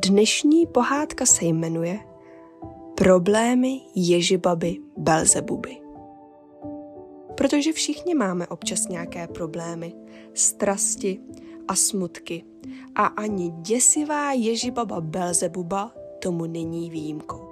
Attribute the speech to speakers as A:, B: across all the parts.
A: Dnešní pohádka se jmenuje Problémy Ježibaby Belzebuby. Protože všichni máme občas nějaké problémy, strasti a smutky a ani děsivá Ježibaba Belzebuba tomu není výjimkou.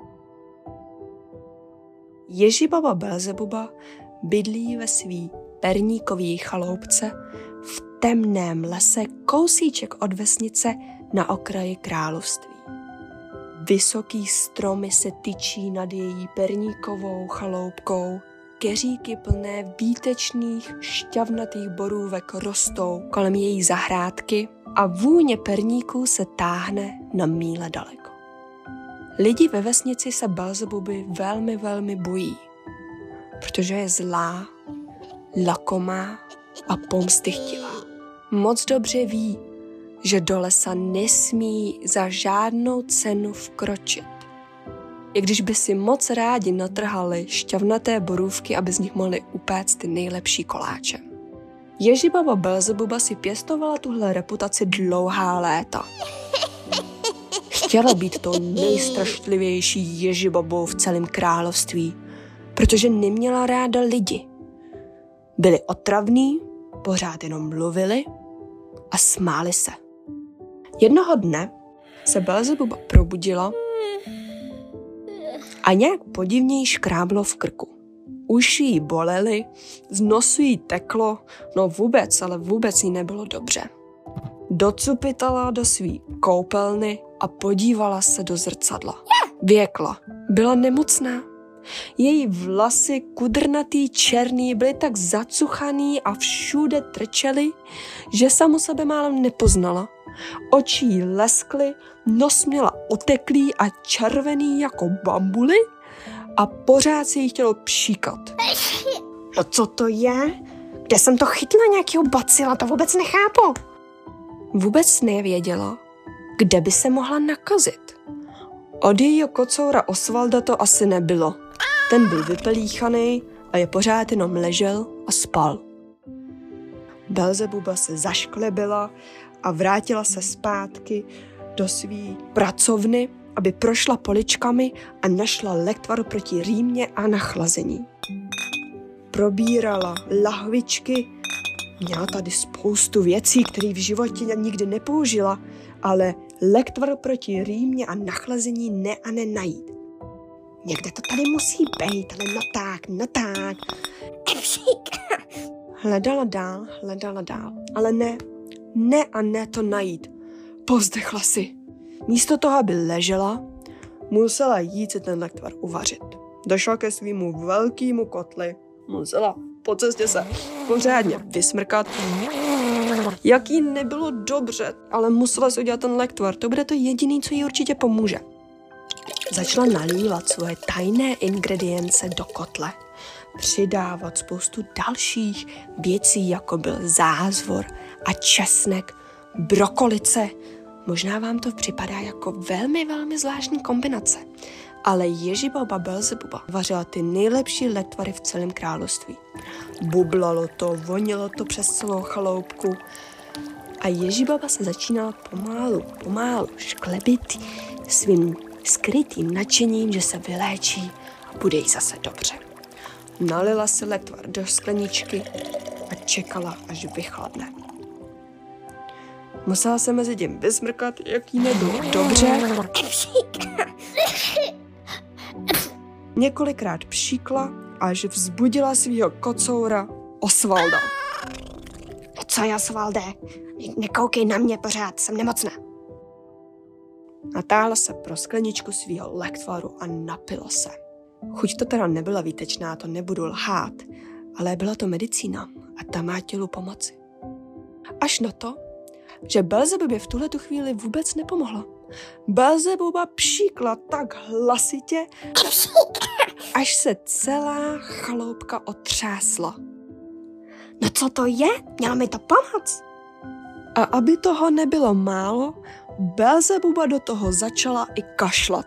A: Ježibaba Belzebuba bydlí ve svý perníkový chaloupce v temném lese kousíček od vesnice na okraji království. Vysoký stromy se tyčí nad její perníkovou chaloupkou, keříky plné výtečných šťavnatých borůvek rostou kolem její zahrádky a vůně perníků se táhne na míle daleko. Lidi ve vesnici se Belzebuby velmi bojí, protože je zlá, lakomá a pomstychtivá. Moc dobře ví, že do lesa nesmí za žádnou cenu vkročit. I když by si moc rádi natrhali šťavnaté borůvky, aby z nich mohli upéct ty nejlepší koláče. Ježibaba Belzebuba si pěstovala tuhle reputaci dlouhá léta. Chtěla být tou nejstrašlivější ježibabou v celém království, protože neměla ráda lidi. Byli otravní, pořád jenom mluvili a smáli se. Jednoho dne se Belzebuba probudila a nějak podivně jí škráblo v krku. Uši jí bolely, z nosu jí teklo, no vůbec jí nebylo dobře. Docupitala do svý koupelny a podívala se do zrcadla. Věkla, byla nemocná. Její vlasy kudrnatý černý byly tak zacuchaný a všude trčely, že samu sebe málem nepoznala. Oči jí leskly, nos měla oteklý a červený jako bambuly a pořád se jí chtělo pšíkat. No co to je? Kde jsem to chytla nějakýho bacila? To vůbec nechápu. Vůbec nevěděla, kde by se mohla nakazit. Od jejího kocoura Osvalda to asi nebylo. Ten byl vypelíchaný a je pořád jenom ležel a spal. Belzebuba se zašklebila a vrátila se zpátky do svý pracovny, aby prošla poličkami a našla lektvar proti rýmě a nachlazení. Probírala lahvičky, měla tady spoustu věcí, které v životě nikdy nepoužila, ale lektvar proti rýmě a nachlazení ne najít. Někde to tady musí být, ale no tak. Hledala dál, ale ne to najít. Povzdechla si. Místo toho, aby ležela, musela jít si ten lektvar uvařit. Došla ke svýmu velkému kotli, musela po cestě se pořádně vysmrkat. Jak jí nebylo dobře, ale musela si udělat ten lektvar. To bude to jediné, co jí určitě pomůže. Začala nalívat svoje tajné ingredience do kotle. Přidávat spoustu dalších věcí, jako byl zázvor a česnek, brokolice. Možná vám to připadá jako velmi zvláštní kombinace, ale Ježibaba Belzebuba vařila ty nejlepší letvary v celém království. Bublalo to, vonilo to přes celou chaloupku a Ježibaba se začínala pomálu šklebit svým skrytým nadšením, že se vyléčí a bude jí zase dobře. Nalila si lektvar do skleničky a čekala, až vychladne. Musela se mezi tím vysmrkat, jak jí nebylo dobře. Několikrát pšíkla, až vzbudila svýho kocoura Osvalda. Co je, Osvalde? Nekoukej na mě pořád, jsem nemocná. Natáhla se pro skleničku svýho lektvaru a napila se. Chuť to teda nebyla výtečná, to nebudu lhát, ale byla to medicína a ta má tělu pomoci. Až na to, že Belzebubě v tuhletu chvíli vůbec nepomohla. Belzebuba pšíkla tak hlasitě, až se celá chaloupka otřásla. No co to je? Měla mi to pomoct. A aby toho nebylo málo, Belzebuba do toho začala i kašlat.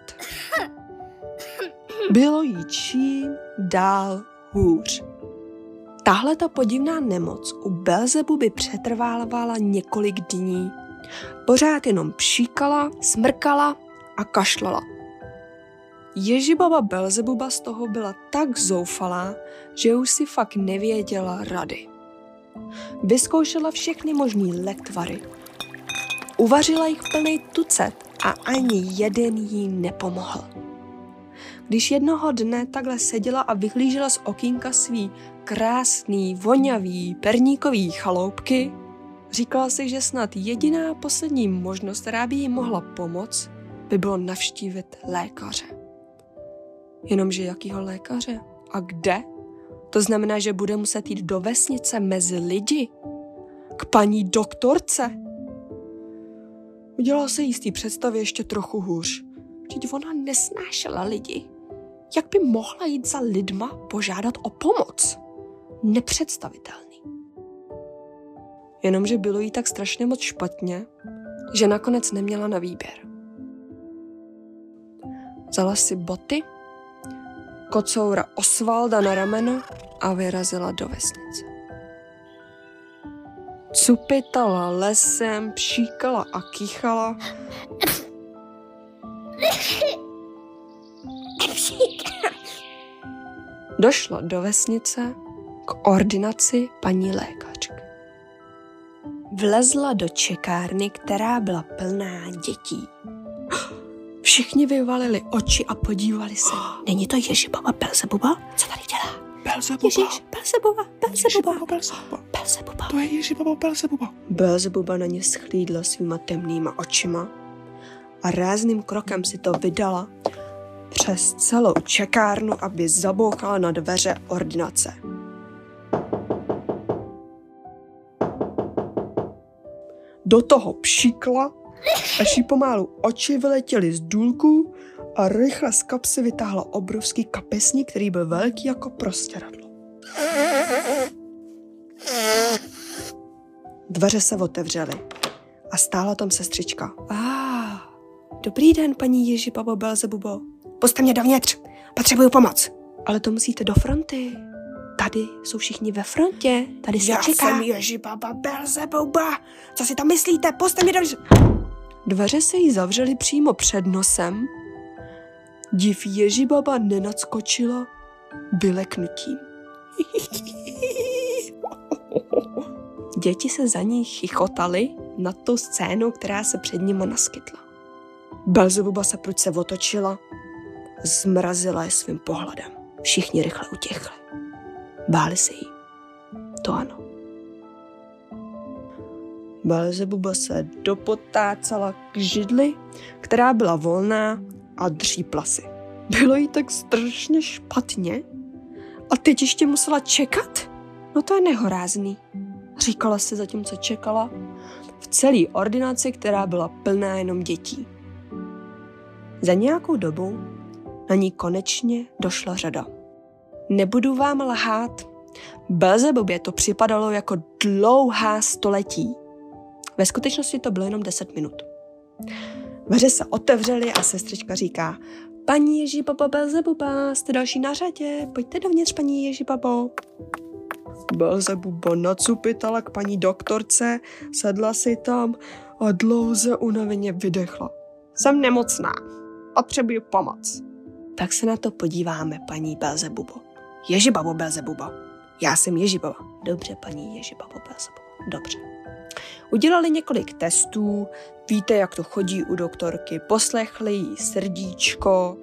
A: Bylo jí čím dál hůř. Tahle ta podivná nemoc u Belzebuby přetrvávala několik dní Pořád jenom pšíkala, smrkala a kašlala. Ježibaba Belzebuba z toho byla tak zoufalá, že už si fakt nevěděla rady. Vyzkoušela všechny možný lektvary. Uvařila jich plnej tucet a ani jeden jí nepomohl. Když jednoho dne takhle seděla a vyhlížela z okýnka svý krásný, vonavý, perníkový chaloupky, říkala si, že snad jediná poslední možnost, která by jí mohla pomoct, by bylo navštívit lékaře. Jenomže jakýho lékaře? A kde? To znamená, že bude muset jít do vesnice mezi lidi. K paní doktorce. Udělala se jistý představě ještě trochu hůř. Vždyť ona nesnášela lidi. Jak by mohla jít za lidma požádat o pomoc? Nepředstavitelný. Jenomže bylo jí tak strašně moc špatně, že nakonec neměla na výběr. Vzala si boty, kocoura Osvalda na rameno a vyrazila do vesnice. Cupitala lesem, pšíkala a kýchala. Došla do vesnice k ordinaci paní lékařky. Vlezla do čekárny, která byla plná dětí. Všichni vyvalili oči a podívali se. Není to Ježibaba Belzebuba? Co tady dělá?
B: Belzebuba.
A: Ježíš, Belzebuba.
B: To je Ježibaba Belzebuba.
A: Belzebuba na ně schlídla svýma temnýma očima a rázným krokem si to vydala přes celou čekárnu, aby zabouchala na dveře ordinace. Do toho pšíkla, až jí pomalu oči vyletěly z důlku a rychle z kapsy vytáhla obrovský kapesník, který byl velký jako prostěradlo. Dveře se otevřely a stála tam sestřička. Dobrý den, paní Ježibabo Belzebubo. Pusťte mě dovnitř, potřebuju pomoc. Ale to musíte do fronty. Tady jsou všichni ve frontě, tady se čeká.
B: Já jsem Ježibaba Belzebuba. Co si tam myslíte? Pusťte mě dovnitř.
A: Dveře se jí zavřely přímo před nosem. Div Ježibaba nenadskočila vyleknutím. Děti se za ní chichotaly nad tou scénou, která se před nimi naskytla. Belzebuba se pruč se otočila, zmrazila je svým pohledem. Všichni rychle utěchli. Báli se jí. To ano. Belzebuba se dopotácala k židli, která byla volná, a dřípla si. Bylo jí tak strašně špatně a teď ještě musela čekat? No to je nehorázný. Říkala si zatímco čekala v celé ordinaci, která byla plná jenom dětí. Za nějakou dobu na ní konečně došla řada. Nebudu vám lhát, Belzebubě to připadalo jako dlouhá století. Ve skutečnosti to bylo jenom 10 minut. Dveře se otevřely a sestřička říká: paní Ježibabo Belzebuba, jste další na řadě, pojďte dovnitř, paní Ježibabo. Belzebuba nacupitala k paní doktorce, sedla si tam a dlouze unaveně vydechla. Jsem nemocná, potřebuji pomoc. Tak se na to podíváme, paní Belzebubo. Ježibabo Belzebuba. Já jsem Ježibaba. Dobře, paní Ježibabo Belzebuba. Dobře. Udělali několik testů, víte, jak to chodí u doktorky, poslechli jí srdíčko.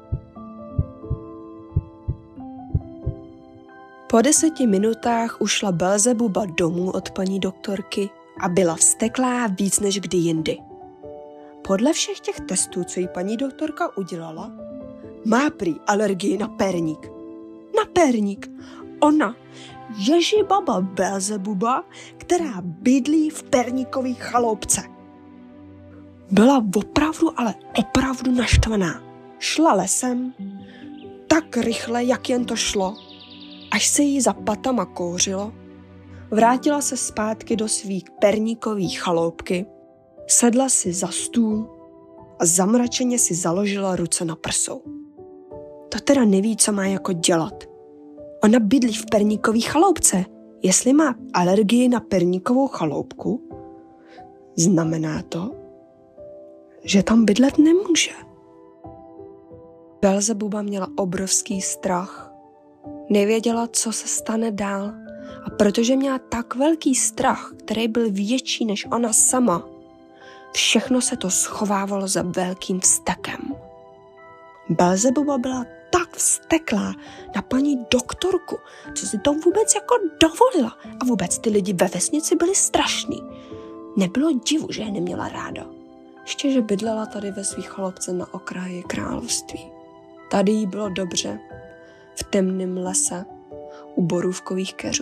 A: Po 10 minutách ušla Belzebuba domů od paní doktorky a byla vzteklá víc než kdy jindy. Podle všech těch testů, co jí paní doktorka udělala, má prý alergii na perník. Na perník. Ona, Ježibaba Belzebuba, která bydlí v perníkové chaloupce. Byla opravdu, ale opravdu naštvaná. Šla lesem tak rychle, jak jen to šlo, až se jí za patama kouřilo. Vrátila se zpátky do svých perníkových chaloupky, sedla si za stůl a zamračeně si založila ruce na prsou. To teda neví, co má jako dělat. Ona bydlí v perníkové chaloupce. Jestli má alergii na perníkovou chaloupku, znamená to, že tam bydlet nemůže. Belzebuba měla obrovský strach. Nevěděla, co se stane dál. A protože měla tak velký strach, který byl větší než ona sama, všechno se to schovávalo za velkým vztekem. Belzebuba byla tak vzteklá na paní doktorku, co si to vůbec jako dovolila. A vůbec ty lidi ve vesnici byli strašní. Nebylo divu, že je neměla ráda. Ještě, že bydlela tady ve svých chalupce na okraji království. Tady jí bylo dobře, v temném lese, u borůvkových keřů.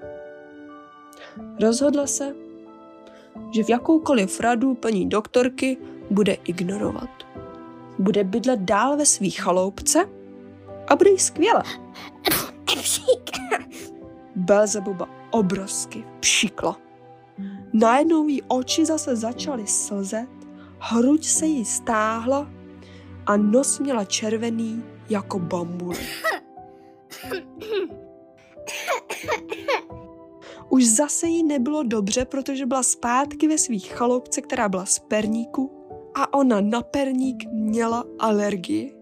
A: Rozhodla se, že v jakoukoliv radu paní doktorky bude ignorovat. Bude bydlet dál ve svých chaloupce a bude jí skvěle. Belzebuba obrovsky pšikla. Najednou jí oči zase začaly slzet, hruď se jí stáhla a nos měla červený jako bambule. Už zase jí nebylo dobře, protože byla zpátky ve svých chaloupce, která byla z perníku a ona na perník měla alergii.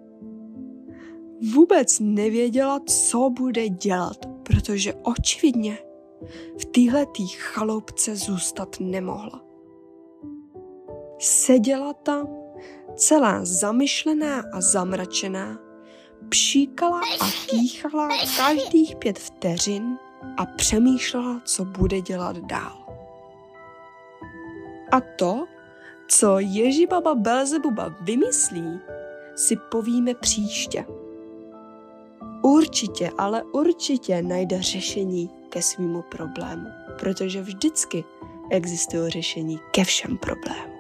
A: Vůbec nevěděla, co bude dělat, protože očividně v téhletý chaloupce zůstat nemohla. Seděla tam, celá zamyšlená a zamračená, pšíkala a kýchala každých 5 vteřin a přemýšlela, co bude dělat dál. A to, co Ježibaba Belzebuba vymyslí, si povíme příště. Určitě, ale určitě najde řešení ke svému problému, protože vždycky existuje řešení ke všem problémům.